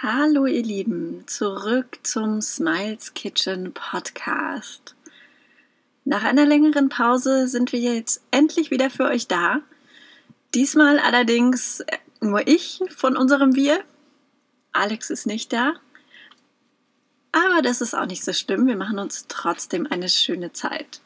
Hallo ihr Lieben, zurück zum Smiles Kitchen Podcast. Nach einer längeren Pause sind wir jetzt endlich wieder für euch da. Diesmal allerdings nur ich von unserem Wir. Alex ist nicht da. Aber das ist auch nicht so schlimm, wir machen uns trotzdem eine schöne Zeit.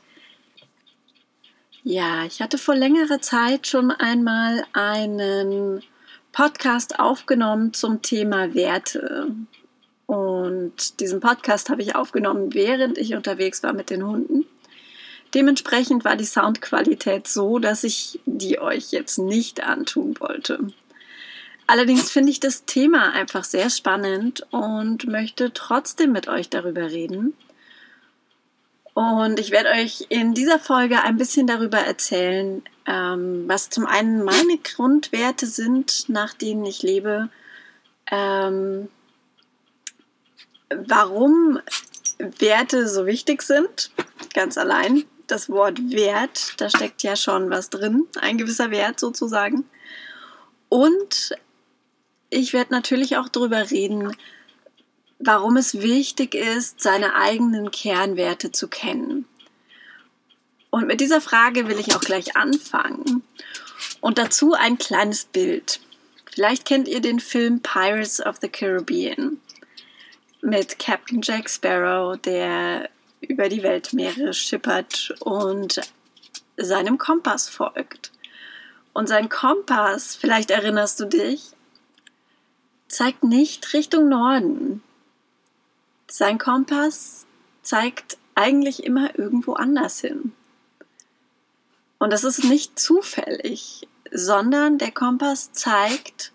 Ja, ich hatte vor längerer Zeit schon einmal einen Podcast aufgenommen zum Thema Werte. Und diesen Podcast habe ich aufgenommen, während ich unterwegs war mit den Hunden. Dementsprechend war die Soundqualität so, dass ich die euch jetzt nicht antun wollte. Allerdings finde ich das Thema einfach sehr spannend und möchte trotzdem mit euch darüber reden. Und ich werde euch in dieser Folge ein bisschen darüber erzählen, was zum einen meine Grundwerte sind, nach denen ich lebe, warum Werte so wichtig sind, ganz allein. Das Wort Wert, da steckt ja schon was drin, ein gewisser Wert sozusagen. Und ich werde natürlich auch darüber reden, warum es wichtig ist, seine eigenen Kernwerte zu kennen. Und mit dieser Frage will ich auch gleich anfangen. Und dazu ein kleines Bild. Vielleicht kennt ihr den Film Pirates of the Caribbean mit Captain Jack Sparrow, der über die Weltmeere schippert und seinem Kompass folgt. Und sein Kompass, vielleicht erinnerst du dich, zeigt nicht Richtung Norden. Sein Kompass zeigt eigentlich immer irgendwo anders hin. Und das ist nicht zufällig, sondern der Kompass zeigt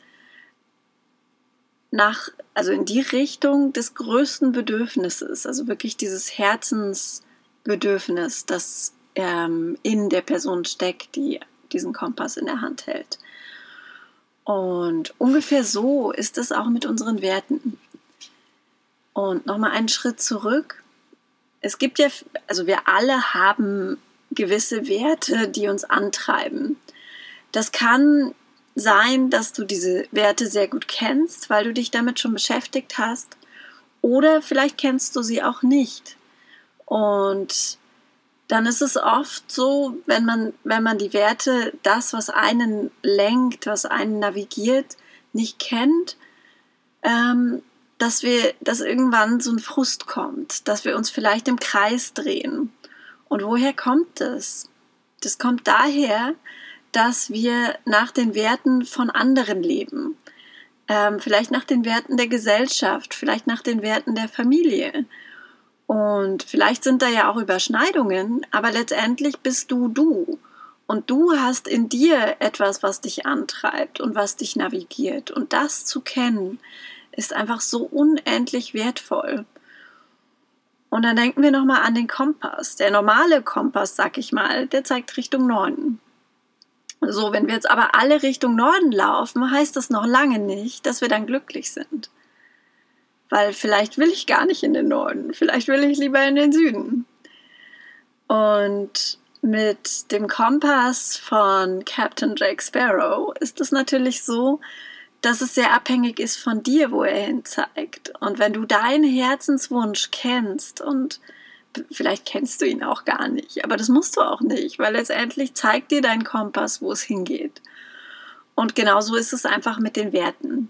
also in die Richtung des größten Bedürfnisses, also wirklich dieses Herzensbedürfnis, das in der Person steckt, die diesen Kompass in der Hand hält. Und ungefähr so ist es auch mit unseren Werten. Und nochmal einen Schritt zurück. Es gibt ja, also wir alle haben gewisse Werte, die uns antreiben. Das kann sein, dass du diese Werte sehr gut kennst, weil du dich damit schon beschäftigt hast. Oder vielleicht kennst du sie auch nicht. Und dann ist es oft so, wenn man die Werte, das, was einen lenkt, was einen navigiert, nicht kennt, dass irgendwann so ein Frust kommt, dass wir uns vielleicht im Kreis drehen. Und woher kommt das? Das kommt daher, dass wir nach den Werten von anderen leben. Vielleicht nach den Werten der Gesellschaft, vielleicht nach den Werten der Familie. Und vielleicht sind da ja auch Überschneidungen, aber letztendlich bist du. Und du hast in dir etwas, was dich antreibt und was dich navigiert. Und das zu kennen, ist einfach so unendlich wertvoll. Und dann denken wir nochmal an den Kompass. Der normale Kompass, sag ich mal, der zeigt Richtung Norden. So, wenn wir jetzt aber alle Richtung Norden laufen, heißt das noch lange nicht, dass wir dann glücklich sind. Weil vielleicht will ich gar nicht in den Norden, vielleicht will ich lieber in den Süden. Und mit dem Kompass von Captain Jack Sparrow ist es natürlich so, dass es sehr abhängig ist von dir, wo er hin zeigt. Und wenn du deinen Herzenswunsch kennst, und vielleicht kennst du ihn auch gar nicht, aber das musst du auch nicht, weil letztendlich zeigt dir dein Kompass, wo es hingeht. Und genauso ist es einfach mit den Werten.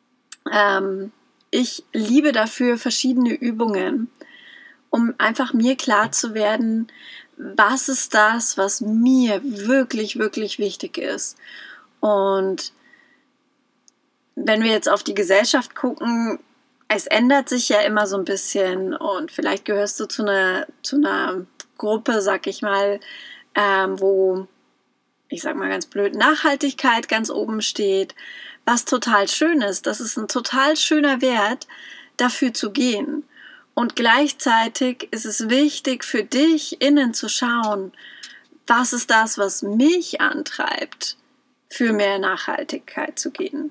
Ich liebe dafür verschiedene Übungen, um einfach mir klar zu werden, was ist das, was mir wirklich, wirklich wichtig ist. Und wenn wir jetzt auf die Gesellschaft gucken, es ändert sich ja immer so ein bisschen und vielleicht gehörst du zu einer Gruppe, sag ich mal, wo, ich sag mal ganz blöd, Nachhaltigkeit ganz oben steht, was total schön ist. Das ist ein total schöner Wert, dafür zu gehen. Und gleichzeitig ist es wichtig für dich, innen zu schauen, was ist das, was mich antreibt, für mehr Nachhaltigkeit zu gehen.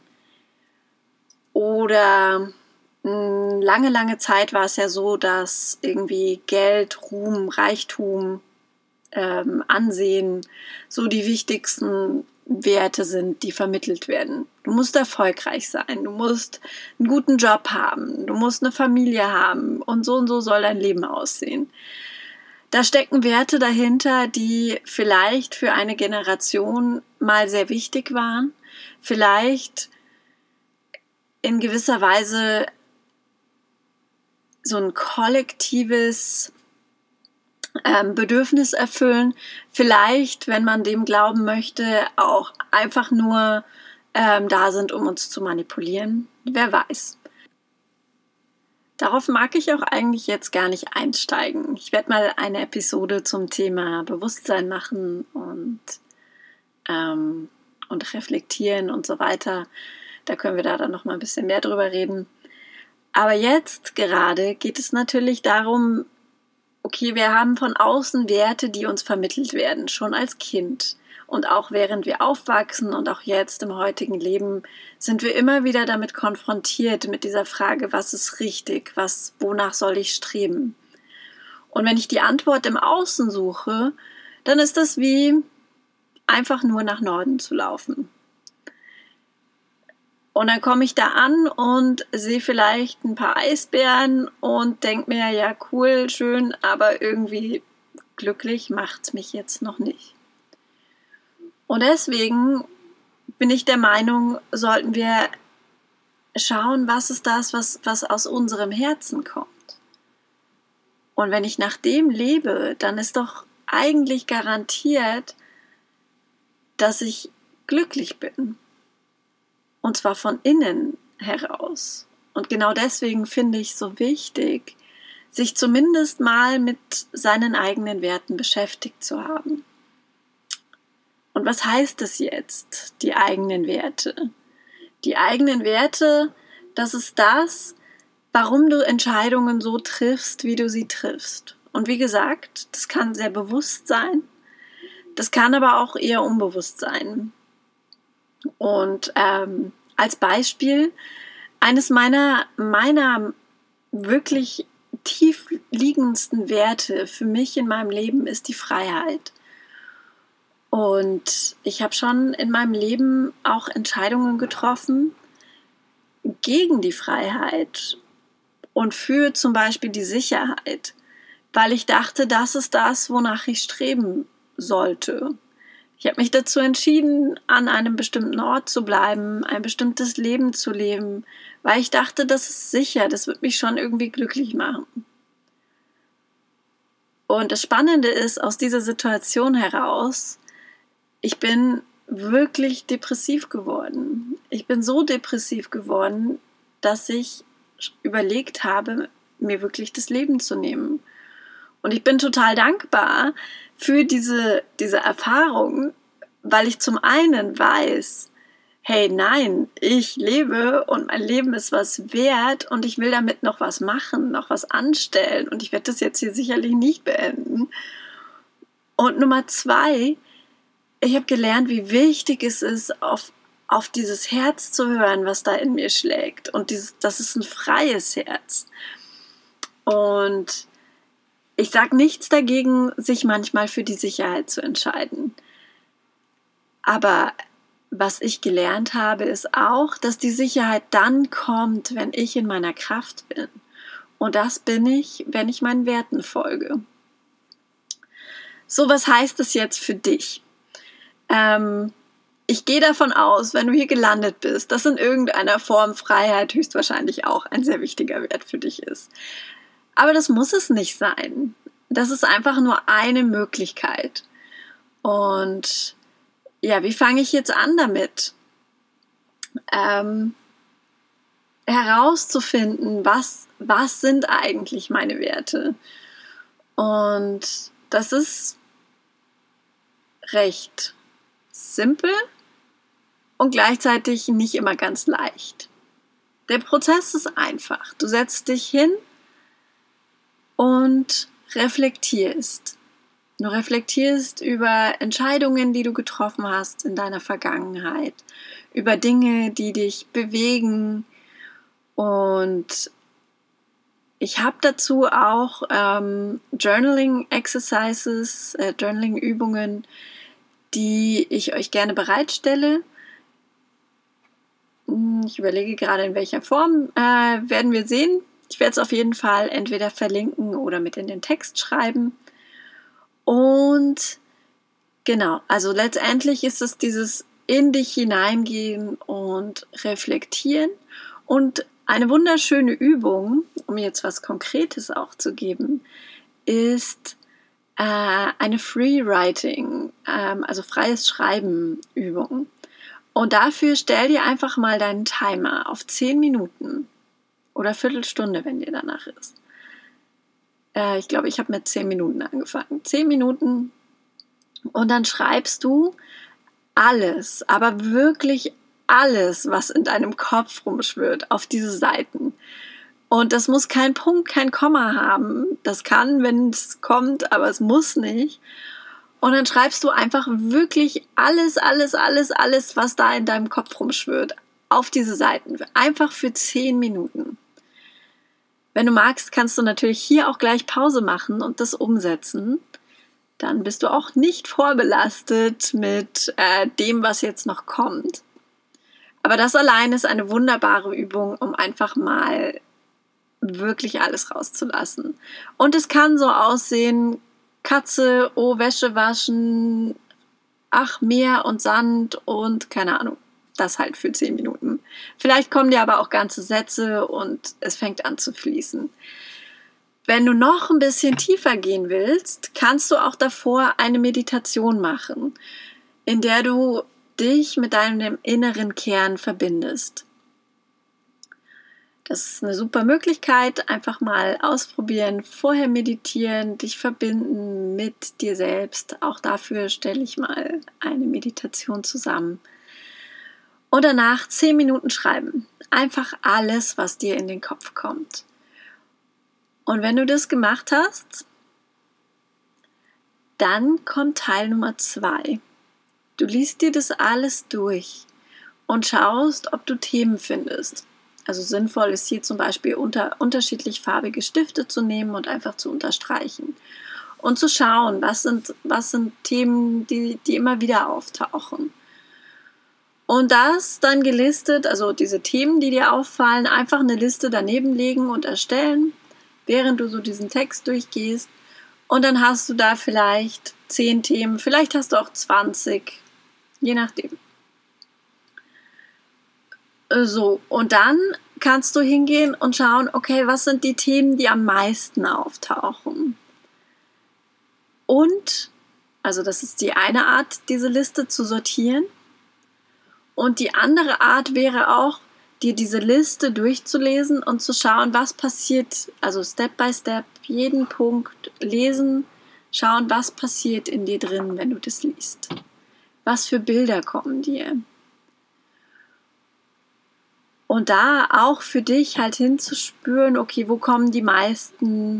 Oder lange, lange Zeit war es ja so, dass irgendwie Geld, Ruhm, Reichtum, Ansehen so die wichtigsten Werte sind, die vermittelt werden. Du musst erfolgreich sein, du musst einen guten Job haben, du musst eine Familie haben und so soll dein Leben aussehen. Da stecken Werte dahinter, die vielleicht für eine Generation mal sehr wichtig waren, vielleicht in gewisser Weise so ein kollektives Bedürfnis erfüllen, vielleicht, wenn man dem glauben möchte, auch einfach nur da sind, um uns zu manipulieren. Wer weiß. Darauf mag ich auch eigentlich jetzt gar nicht einsteigen. Ich werde mal eine Episode zum Thema Bewusstsein machen und reflektieren und so weiter. Da können wir da dann noch mal ein bisschen mehr drüber reden. Aber jetzt gerade geht es natürlich darum, okay, wir haben von außen Werte, die uns vermittelt werden, schon als Kind. Und auch während wir aufwachsen und auch jetzt im heutigen Leben sind wir immer wieder damit konfrontiert mit dieser Frage, was ist richtig, wonach soll ich streben? Und wenn ich die Antwort im Außen suche, dann ist das wie einfach nur nach Norden zu laufen. Und dann komme ich da an und sehe vielleicht ein paar Eisbären und denke mir, ja cool, schön, aber irgendwie glücklich macht's mich jetzt noch nicht. Und deswegen bin ich der Meinung, sollten wir schauen, was ist das, was aus unserem Herzen kommt. Und wenn ich nach dem lebe, dann ist doch eigentlich garantiert, dass ich glücklich bin. Und zwar von innen heraus. Und genau deswegen finde ich es so wichtig, sich zumindest mal mit seinen eigenen Werten beschäftigt zu haben. Und was heißt es jetzt, die eigenen Werte? Die eigenen Werte, das ist das, warum du Entscheidungen so triffst, wie du sie triffst. Und wie gesagt, das kann sehr bewusst sein, das kann aber auch eher unbewusst sein. Und als Beispiel, eines meiner wirklich tief liegendsten Werte für mich in meinem Leben ist die Freiheit. Und ich habe schon in meinem Leben auch Entscheidungen getroffen gegen die Freiheit und für zum Beispiel die Sicherheit, weil ich dachte, das ist das, wonach ich streben sollte. Ich habe mich dazu entschieden, an einem bestimmten Ort zu bleiben, ein bestimmtes Leben zu leben, weil ich dachte, das ist sicher, das wird mich schon irgendwie glücklich machen. Und das Spannende ist, aus dieser Situation heraus, ich bin wirklich depressiv geworden. Ich bin so depressiv geworden, dass ich überlegt habe, mir wirklich das Leben zu nehmen. Und ich bin total dankbar für diese Erfahrung, weil ich zum einen weiß, hey, nein, ich lebe und mein Leben ist was wert und ich will damit noch was machen, noch was anstellen und ich werde das jetzt hier sicherlich nicht beenden. Und Nummer 2, ich habe gelernt, wie wichtig es ist, auf dieses Herz zu hören, was da in mir schlägt. Und das ist ein freies Herz. Und ich sage nichts dagegen, sich manchmal für die Sicherheit zu entscheiden. Aber was ich gelernt habe, ist auch, dass die Sicherheit dann kommt, wenn ich in meiner Kraft bin. Und das bin ich, wenn ich meinen Werten folge. So, was heißt das jetzt für dich? Ich gehe davon aus, wenn du hier gelandet bist, dass in irgendeiner Form Freiheit höchstwahrscheinlich auch ein sehr wichtiger Wert für dich ist. Aber das muss es nicht sein. Das ist einfach nur eine Möglichkeit. Und ja, wie fange ich jetzt an damit? Herauszufinden, was sind eigentlich meine Werte? Und das ist recht simpel und gleichzeitig nicht immer ganz leicht. Der Prozess ist einfach. Du setzt dich hin und reflektierst. Du reflektierst über Entscheidungen, die du getroffen hast in deiner Vergangenheit, über Dinge, die dich bewegen. Und ich habe dazu auch Journaling-Exercises, Journaling-Übungen, die ich euch gerne bereitstelle. Ich überlege gerade, in welcher Form werden wir sehen. Ich werde es auf jeden Fall entweder verlinken oder mit in den Text schreiben. Und genau, also letztendlich ist es dieses in dich hineingehen und reflektieren. Und eine wunderschöne Übung, um jetzt was Konkretes auch zu geben, ist eine Free Writing, also freies Schreiben Übung. Und dafür stell dir einfach mal deinen Timer auf 10 Minuten oder Viertelstunde, wenn dir danach ist. Ich glaube, ich habe mit 10 Minuten angefangen. 10 Minuten und dann schreibst du alles, aber wirklich alles, was in deinem Kopf rumschwirrt, auf diese Seiten. Und das muss kein Punkt, kein Komma haben. Das kann, wenn es kommt, aber es muss nicht. Und dann schreibst du einfach wirklich alles, was da in deinem Kopf rumschwirrt, auf diese Seiten. Einfach für 10 Minuten. Wenn du magst, kannst du natürlich hier auch gleich Pause machen und das umsetzen. Dann bist du auch nicht vorbelastet mit dem, was jetzt noch kommt. Aber das allein ist eine wunderbare Übung, um einfach mal wirklich alles rauszulassen. Und es kann so aussehen, Katze, oh, Wäsche waschen, ach, Meer und Sand und keine Ahnung, das halt für 10 Minuten. Vielleicht kommen dir aber auch ganze Sätze und es fängt an zu fließen. Wenn du noch ein bisschen tiefer gehen willst, kannst du auch davor eine Meditation machen, in der du dich mit deinem inneren Kern verbindest. Das ist eine super Möglichkeit, einfach mal ausprobieren, vorher meditieren, dich verbinden mit dir selbst. Auch dafür stelle ich mal eine Meditation zusammen. Und danach 10 Minuten schreiben. Einfach alles, was dir in den Kopf kommt. Und wenn du das gemacht hast, dann kommt Teil Nummer 2. Du liest dir das alles durch und schaust, ob du Themen findest. Also sinnvoll ist hier zum Beispiel unterschiedlich farbige Stifte zu nehmen und einfach zu unterstreichen. Und zu schauen, was sind Themen, die immer wieder auftauchen. Und das dann gelistet, also diese Themen, die dir auffallen, einfach eine Liste daneben legen und erstellen, während du so diesen Text durchgehst. Und dann hast du da vielleicht 10 Themen, vielleicht hast du auch 20, je nachdem. So, und dann kannst du hingehen und schauen, okay, was sind die Themen, die am meisten auftauchen? Und, also das ist die eine Art, diese Liste zu sortieren. Und die andere Art wäre auch, dir diese Liste durchzulesen und zu schauen, was passiert, also Step by Step, jeden Punkt lesen, schauen, was passiert in dir drin, wenn du das liest. Was für Bilder kommen dir? Und da auch für dich halt hinzuspüren, okay, wo kommen die meisten,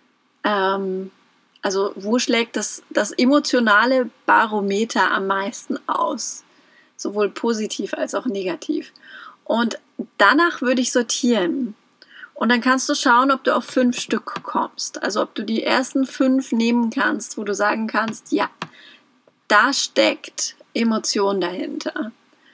also wo schlägt das emotionale Barometer am meisten aus? Sowohl positiv als auch negativ. Und danach würde ich sortieren. Und dann kannst du schauen, ob du auf 5 Stück kommst. Also ob du die ersten 5 nehmen kannst, wo du sagen kannst, ja, da steckt Emotion dahinter.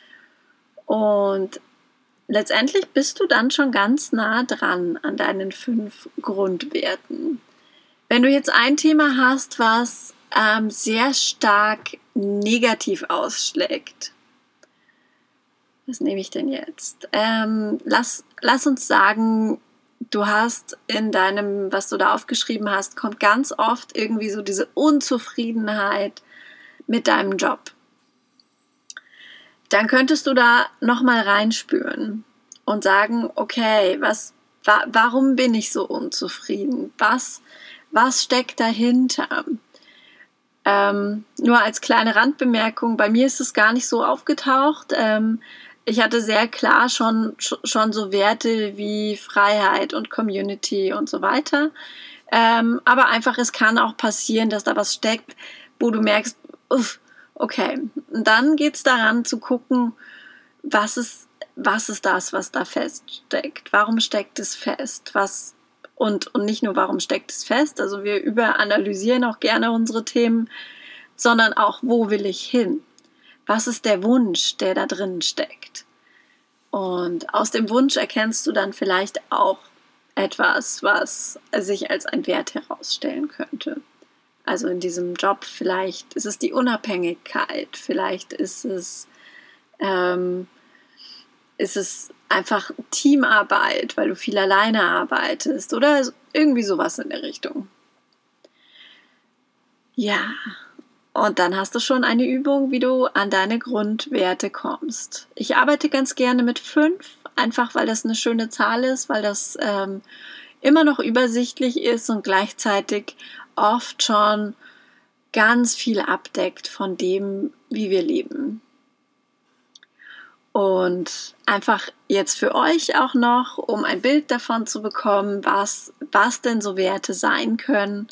Und letztendlich bist du dann schon ganz nah dran an deinen 5 Grundwerten. Wenn du jetzt ein Thema hast, was sehr stark negativ ausschlägt, was nehme ich denn jetzt? Lass uns sagen, du hast in deinem, was du da aufgeschrieben hast, kommt ganz oft irgendwie so diese Unzufriedenheit mit deinem Job. Dann könntest du da nochmal reinspüren und sagen, okay, warum bin ich so unzufrieden? Was steckt dahinter? Nur als kleine Randbemerkung, bei mir ist es gar nicht so aufgetaucht. Ich hatte sehr klar schon so Werte wie Freiheit und Community und so weiter. Aber einfach, es kann auch passieren, dass da was steckt, wo du merkst, okay. Und dann geht es daran zu gucken, was ist das, was da feststeckt? Warum steckt es fest? Und nicht nur, warum steckt es fest? Also wir überanalysieren auch gerne unsere Themen, sondern auch, wo will ich hin? Was ist der Wunsch, der da drin steckt? Und aus dem Wunsch erkennst du dann vielleicht auch etwas, was sich als ein Wert herausstellen könnte. Also in diesem Job, vielleicht ist es die Unabhängigkeit, vielleicht ist es einfach Teamarbeit, weil du viel alleine arbeitest oder irgendwie sowas in der Richtung. Ja, und dann hast du schon eine Übung, wie du an deine Grundwerte kommst. Ich arbeite ganz gerne mit 5, einfach weil das eine schöne Zahl ist, weil das immer noch übersichtlich ist und gleichzeitig oft schon ganz viel abdeckt von dem, wie wir leben. Und einfach jetzt für euch auch noch, um ein Bild davon zu bekommen, was denn so Werte sein können,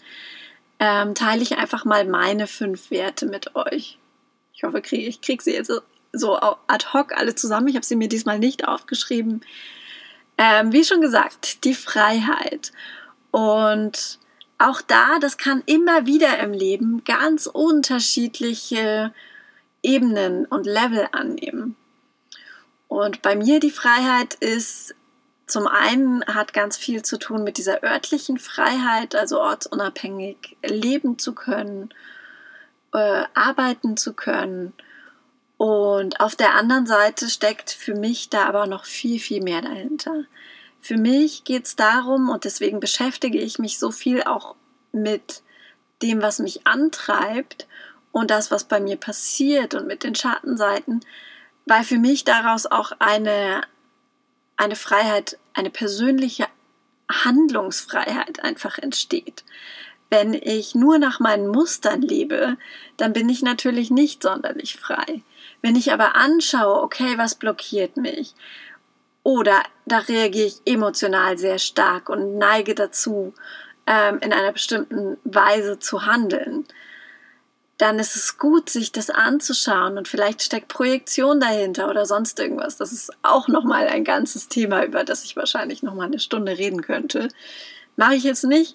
teile ich einfach mal meine 5 Werte mit euch. Ich hoffe, ich kriege sie jetzt so ad hoc alle zusammen. Ich habe sie mir diesmal nicht aufgeschrieben. Wie schon gesagt, die Freiheit. Und auch das kann immer wieder im Leben ganz unterschiedliche Ebenen und Level annehmen. Und bei mir die Freiheit ist zum einen, hat ganz viel zu tun mit dieser örtlichen Freiheit, also ortsunabhängig leben zu können, arbeiten zu können. Und auf der anderen Seite steckt für mich da aber noch viel, viel mehr dahinter. Für mich geht es darum, und deswegen beschäftige ich mich so viel auch mit dem, was mich antreibt und das, was bei mir passiert und mit den Schattenseiten, weil für mich daraus auch eine Freiheit, eine persönliche Handlungsfreiheit einfach entsteht. Wenn ich nur nach meinen Mustern lebe, dann bin ich natürlich nicht sonderlich frei. Wenn ich aber anschaue, okay, was blockiert mich? Oder da reagiere ich emotional sehr stark und neige dazu, in einer bestimmten Weise zu handeln, dann ist es gut, sich das anzuschauen und vielleicht steckt Projektion dahinter oder sonst irgendwas. Das ist auch nochmal ein ganzes Thema, über das ich wahrscheinlich nochmal eine Stunde reden könnte. Mache ich jetzt nicht.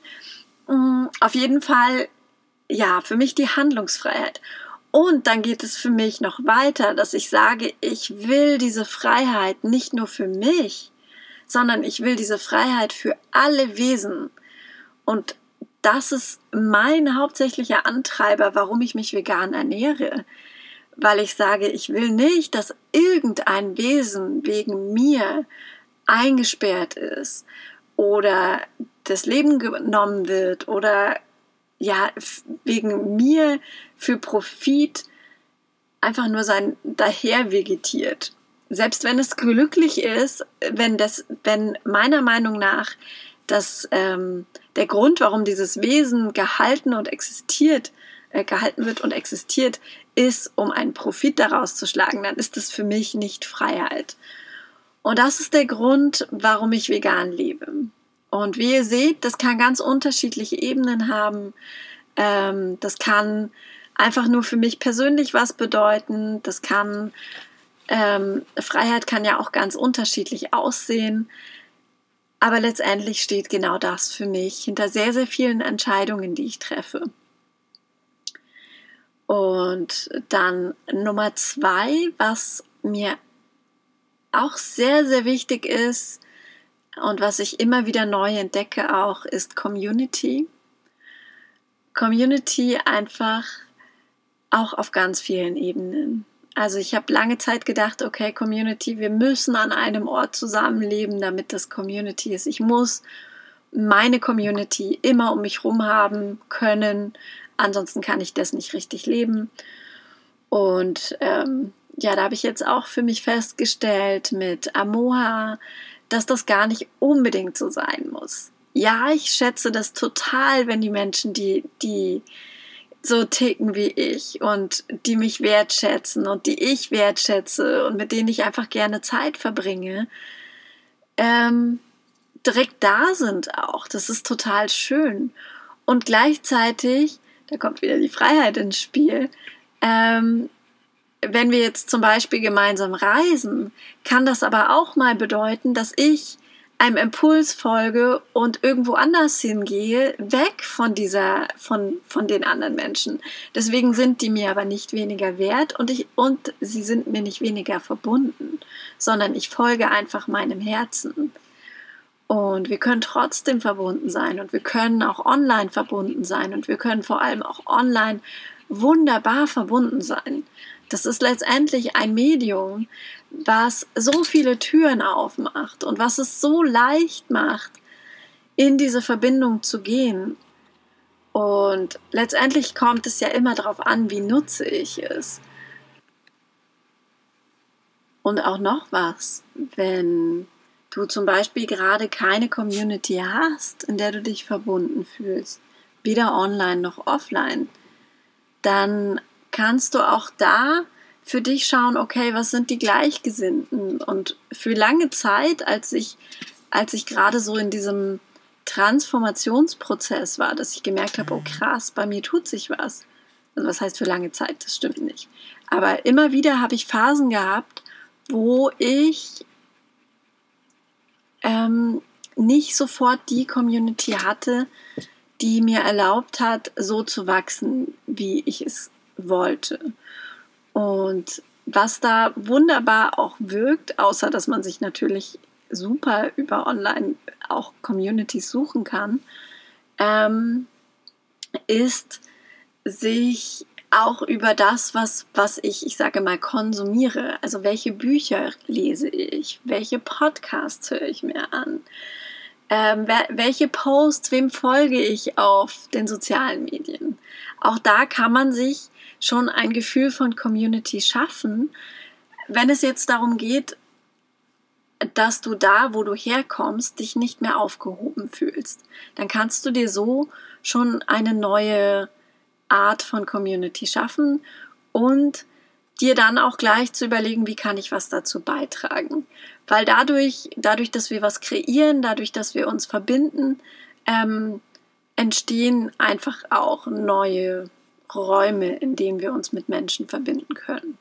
Auf jeden Fall, ja, für mich die Handlungsfreiheit. Und dann geht es für mich noch weiter, dass ich sage, ich will diese Freiheit nicht nur für mich, sondern ich will diese Freiheit für alle Wesen. Und das ist mein hauptsächlicher Antreiber, warum ich mich vegan ernähre. Weil ich sage, ich will nicht, dass irgendein Wesen wegen mir eingesperrt ist oder das Leben genommen wird oder ja, wegen mir für Profit einfach nur sein daher vegetiert. Selbst wenn es glücklich ist, wenn meiner Meinung nach der Grund, warum dieses Wesen gehalten wird und existiert, ist, um einen Profit daraus zu schlagen, dann ist das für mich nicht Freiheit. Und das ist der Grund, warum ich vegan lebe. Und wie ihr seht, das kann ganz unterschiedliche Ebenen haben. Das kann einfach nur für mich persönlich was bedeuten. Freiheit kann ja auch ganz unterschiedlich aussehen. Aber letztendlich steht genau das für mich hinter sehr, sehr vielen Entscheidungen, die ich treffe. Und dann Nummer 2, was mir auch sehr, sehr wichtig ist und was ich immer wieder neu entdecke auch, ist Community. Community einfach auch auf ganz vielen Ebenen. Also ich habe lange Zeit gedacht, okay, Community, wir müssen an einem Ort zusammenleben, damit das Community ist. Ich muss meine Community immer um mich herum haben können, ansonsten kann ich das nicht richtig leben. Und da habe ich jetzt auch für mich festgestellt mit Amoha, dass das gar nicht unbedingt so sein muss. Ja, ich schätze das total, wenn die Menschen, die so ticken wie ich und die mich wertschätzen und die ich wertschätze und mit denen ich einfach gerne Zeit verbringe, direkt da sind auch. Das ist total schön. Und gleichzeitig, da kommt wieder die Freiheit ins Spiel, wenn wir jetzt zum Beispiel gemeinsam reisen, kann das aber auch mal bedeuten, dass ich einem Impuls folge und irgendwo anders hingehe, weg von den anderen Menschen. Deswegen sind die mir aber nicht weniger wert und sie sind mir nicht weniger verbunden, sondern ich folge einfach meinem Herzen. Und wir können trotzdem verbunden sein und wir können auch online verbunden sein und wir können vor allem auch online wunderbar verbunden sein. Das ist letztendlich ein Medium, was so viele Türen aufmacht und was es so leicht macht, in diese Verbindung zu gehen. Und letztendlich kommt es ja immer darauf an, wie nutze ich es. Und auch noch was, wenn du zum Beispiel gerade keine Community hast, in der du dich verbunden fühlst, weder online noch offline, dann kannst du auch da für dich schauen, okay, was sind die Gleichgesinnten? Und für lange Zeit, als ich gerade so in diesem Transformationsprozess war, dass ich gemerkt habe, oh krass, bei mir tut sich was. Also was heißt für lange Zeit? Das stimmt nicht. Aber immer wieder habe ich Phasen gehabt, wo ich nicht sofort die Community hatte, die mir erlaubt hat, so zu wachsen, wie ich es wollte. Und was da wunderbar auch wirkt, außer dass man sich natürlich super über online auch Communities suchen kann, ist sich auch über das, was ich sage mal, konsumiere. Also welche Bücher lese ich, welche Podcasts höre ich mir an, welche Posts, wem folge ich auf den sozialen Medien. Auch da kann man sich schon ein Gefühl von Community schaffen, wenn es jetzt darum geht, dass du da, wo du herkommst, dich nicht mehr aufgehoben fühlst. Dann kannst du dir so schon eine neue Art von Community schaffen und dir dann auch gleich zu überlegen, wie kann ich was dazu beitragen. Weil dadurch, dass wir was kreieren, dadurch, dass wir uns verbinden, entstehen einfach auch neue Räume, in denen wir uns mit Menschen verbinden können.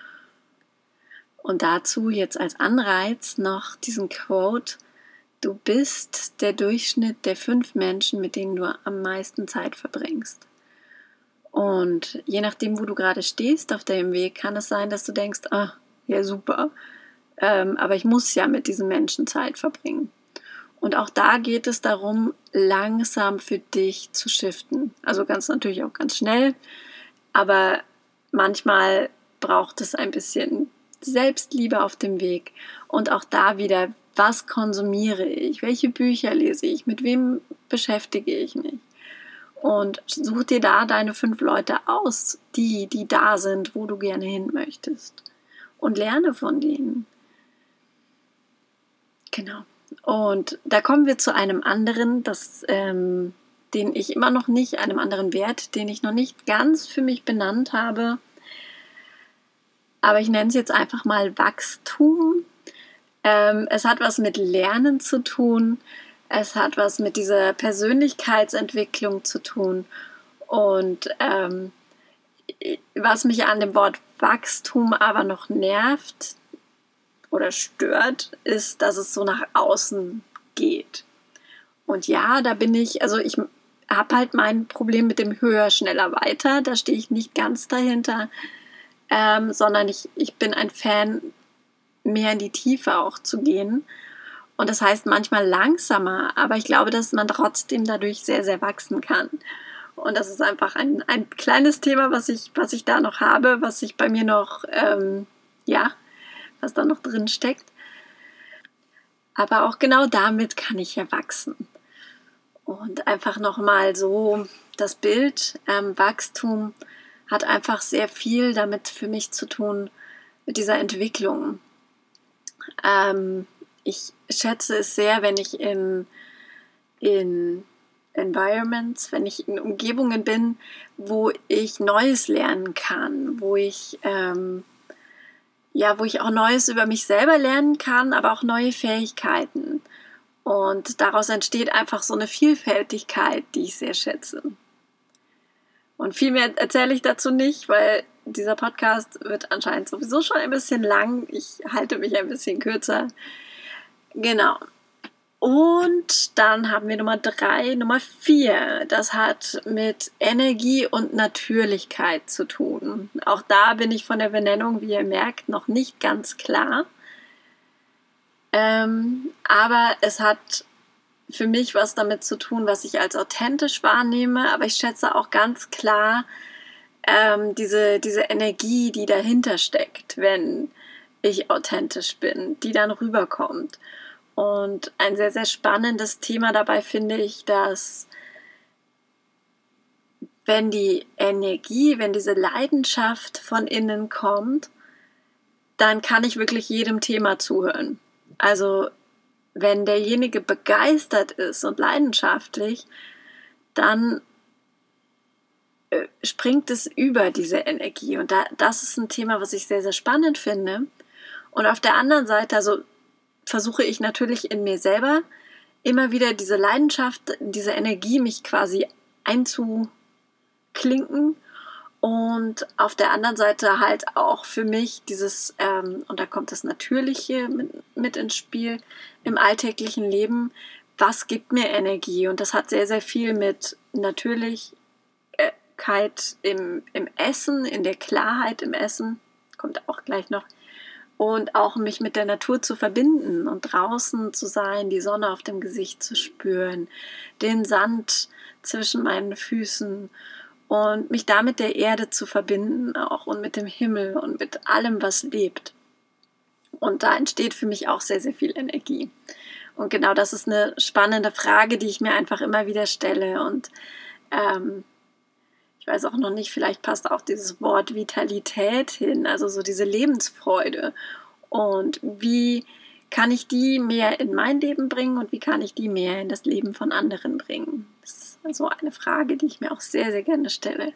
Und dazu jetzt als Anreiz noch diesen Quote: Du bist der Durchschnitt der 5 Menschen, mit denen du am meisten Zeit verbringst. Und je nachdem, wo du gerade stehst auf deinem Weg, kann es sein, dass du denkst, ja super, aber ich muss ja mit diesen Menschen Zeit verbringen. Und auch da geht es darum, langsam für dich zu shiften. Also natürlich auch ganz schnell, aber manchmal braucht es ein bisschen Selbstliebe auf dem Weg. Und auch da wieder, was konsumiere ich? Welche Bücher lese ich? Mit wem beschäftige ich mich? Und such dir da deine 5 Leute aus, die da sind, wo du gerne hin möchtest. Und lerne von denen. Genau. Und da kommen wir zu einem anderen, einem anderen Wert, den ich noch nicht ganz für mich benannt habe. Aber ich nenne es jetzt einfach mal Wachstum. Es hat was mit Lernen zu tun. Es hat was mit dieser Persönlichkeitsentwicklung zu tun. Und was mich an dem Wort Wachstum aber noch nervt oder stört, ist, dass es so nach außen geht. Und ja, da bin ich habe halt mein Problem mit dem höher, schneller, weiter. Da stehe ich nicht ganz dahinter, sondern ich bin ein Fan, mehr in die Tiefe auch zu gehen. Und das heißt manchmal langsamer, aber ich glaube, dass man trotzdem dadurch sehr, sehr wachsen kann. Und das ist einfach ein kleines Thema, was ich da noch habe, was sich bei mir noch, was da noch drin steckt. Aber auch genau damit kann ich ja wachsen. Und einfach nochmal so das Bild, Wachstum hat einfach sehr viel damit für mich zu tun, mit dieser Entwicklung. Ich schätze es sehr, wenn ich in Environments, wenn ich in Umgebungen bin, wo ich Neues lernen kann, wo ich auch Neues über mich selber lernen kann, aber auch neue Fähigkeiten. Und daraus entsteht einfach so eine Vielfältigkeit, die ich sehr schätze. Und viel mehr erzähle ich dazu nicht, weil dieser Podcast wird anscheinend sowieso schon ein bisschen lang. Ich halte mich ein bisschen kürzer. Genau. Und dann haben wir Nummer 3, Nummer 4. Das hat mit Energie und Natürlichkeit zu tun. Auch da bin ich von der Benennung, wie ihr merkt, noch nicht ganz klar. Aber es hat für mich was damit zu tun, was ich als authentisch wahrnehme. Aber ich schätze auch ganz klar diese Energie, die dahinter steckt, wenn ich authentisch bin, die dann rüberkommt. Und ein sehr, sehr spannendes Thema dabei finde ich, dass wenn die Energie, wenn diese Leidenschaft von innen kommt, dann kann ich wirklich jedem Thema zuhören. Also wenn derjenige begeistert ist und leidenschaftlich, dann springt es über diese Energie. Und das ist ein Thema, was ich sehr, sehr spannend finde. Und auf der anderen Seite, also versuche ich natürlich in mir selber immer wieder diese Leidenschaft, diese Energie, mich quasi einzuklinken. Und auf der anderen Seite halt auch für mich dieses, und da kommt das Natürliche mit ins Spiel, im alltäglichen Leben, was gibt mir Energie? Und das hat sehr, sehr viel mit Natürlichkeit im Essen, in der Klarheit im Essen, kommt auch gleich noch, und auch mich mit der Natur zu verbinden und draußen zu sein, die Sonne auf dem Gesicht zu spüren, den Sand zwischen meinen Füßen und mich damit der Erde zu verbinden auch und mit dem Himmel und mit allem, was lebt. Und da entsteht für mich auch sehr, sehr viel Energie. Und genau das ist eine spannende Frage, die ich mir einfach immer wieder stelle. Und ich weiß auch noch nicht, vielleicht passt auch dieses Wort Vitalität hin, also so diese Lebensfreude. Und wie kann ich die mehr in mein Leben bringen und wie kann ich die mehr in das Leben von anderen bringen? Das ist so eine Frage, die ich mir auch sehr, sehr gerne stelle.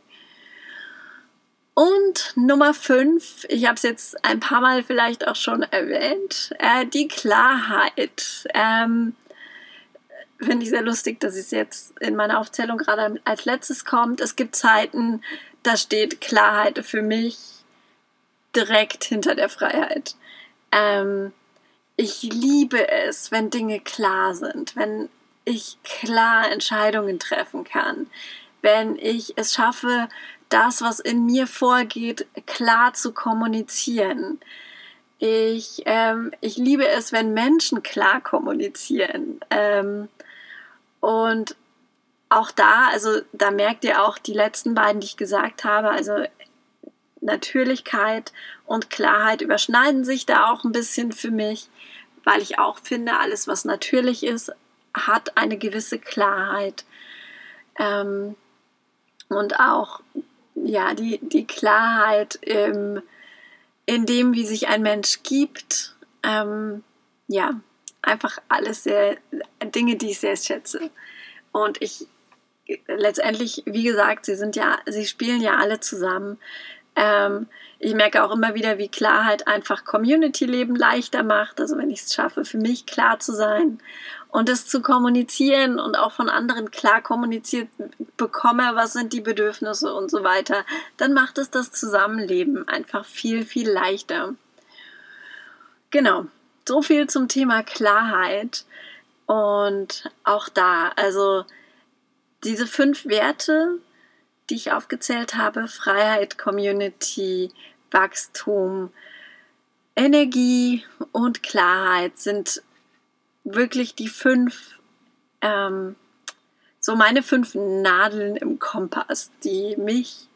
Und Nummer 5, ich habe es jetzt ein paar Mal vielleicht auch schon erwähnt, die Klarheit. Finde ich sehr lustig, dass es jetzt in meiner Aufzählung gerade als letztes kommt. Es gibt Zeiten, da steht Klarheit für mich direkt hinter der Freiheit. Ich liebe es, wenn Dinge klar sind, wenn ich klar Entscheidungen treffen kann, wenn ich es schaffe, das, was in mir vorgeht, klar zu kommunizieren. Ich liebe es, wenn Menschen klar kommunizieren. Und auch also da merkt ihr auch die letzten beiden, die ich gesagt habe, also Natürlichkeit und Klarheit überschneiden sich da auch ein bisschen für mich, weil ich auch finde, alles, was natürlich ist, hat eine gewisse Klarheit. Und auch ja, die Klarheit in dem, wie sich ein Mensch gibt. Ja, einfach alles sehr Dinge, die ich sehr schätze. Und ich letztendlich, wie gesagt, sie spielen ja alle zusammen. Ich merke auch immer wieder, wie Klarheit einfach Community-Leben leichter macht. Also wenn ich es schaffe, für mich klar zu sein und es zu kommunizieren und auch von anderen klar kommuniziert bekomme, was sind die Bedürfnisse und so weiter, dann macht es das Zusammenleben einfach viel, viel leichter. Genau, so viel zum Thema Klarheit. Und auch da, also diese 5 Werte, die ich aufgezählt habe, Freiheit, Community, Wachstum, Energie und Klarheit, sind wirklich die 5, so meine 5 Nadeln im Kompass, die mich,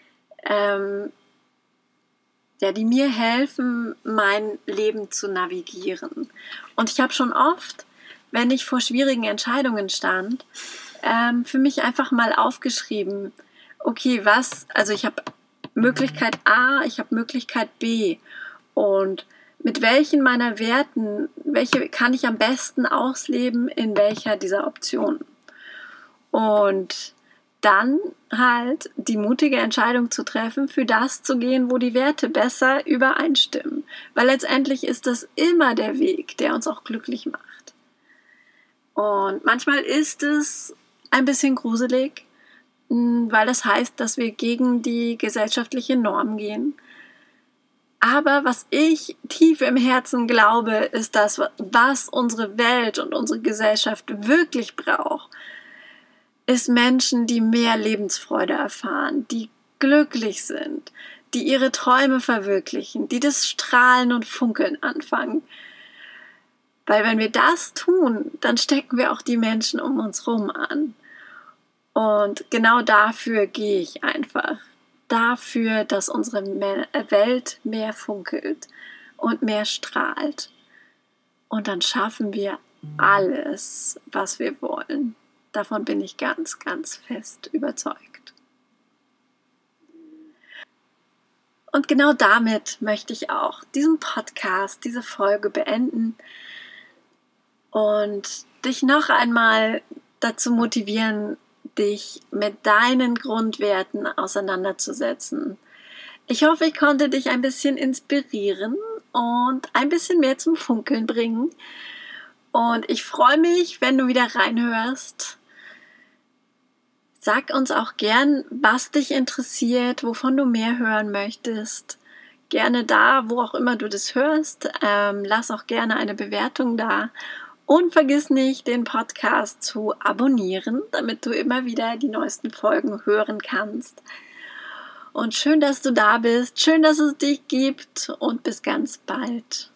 die mir helfen, mein Leben zu navigieren. Und ich habe schon oft, wenn ich vor schwierigen Entscheidungen stand, für mich einfach mal aufgeschrieben, okay, also ich habe Möglichkeit A, ich habe Möglichkeit B und mit welchen meiner Werten, welche kann ich am besten ausleben in welcher dieser Optionen? Und dann halt die mutige Entscheidung zu treffen, für das zu gehen, wo die Werte besser übereinstimmen. Weil letztendlich ist das immer der Weg, der uns auch glücklich macht. Und manchmal ist es ein bisschen gruselig, weil das heißt, dass wir gegen die gesellschaftliche Norm gehen. Aber was ich tief im Herzen glaube, ist das, was unsere Welt und unsere Gesellschaft wirklich braucht, ist Menschen, die mehr Lebensfreude erfahren, die glücklich sind, die ihre Träume verwirklichen, die das Strahlen und Funkeln anfangen. Weil wenn wir das tun, dann stecken wir auch die Menschen um uns herum an. Und genau dafür gehe ich einfach. Dafür, dass unsere Welt mehr funkelt und mehr strahlt. Und dann schaffen wir alles, was wir wollen. Davon bin ich ganz, ganz fest überzeugt. Und genau damit möchte ich auch diesen Podcast, diese Folge beenden und dich noch einmal dazu motivieren, dich mit deinen Grundwerten auseinanderzusetzen. Ich hoffe, ich konnte dich ein bisschen inspirieren und ein bisschen mehr zum Funkeln bringen. Und ich freue mich, wenn du wieder reinhörst. Sag uns auch gern, was dich interessiert, wovon du mehr hören möchtest. Gerne da, wo auch immer du das hörst. Lass auch gerne eine Bewertung da. Und vergiss nicht, den Podcast zu abonnieren, damit du immer wieder die neuesten Folgen hören kannst. Und schön, dass du da bist. Schön, dass es dich gibt. Und bis ganz bald.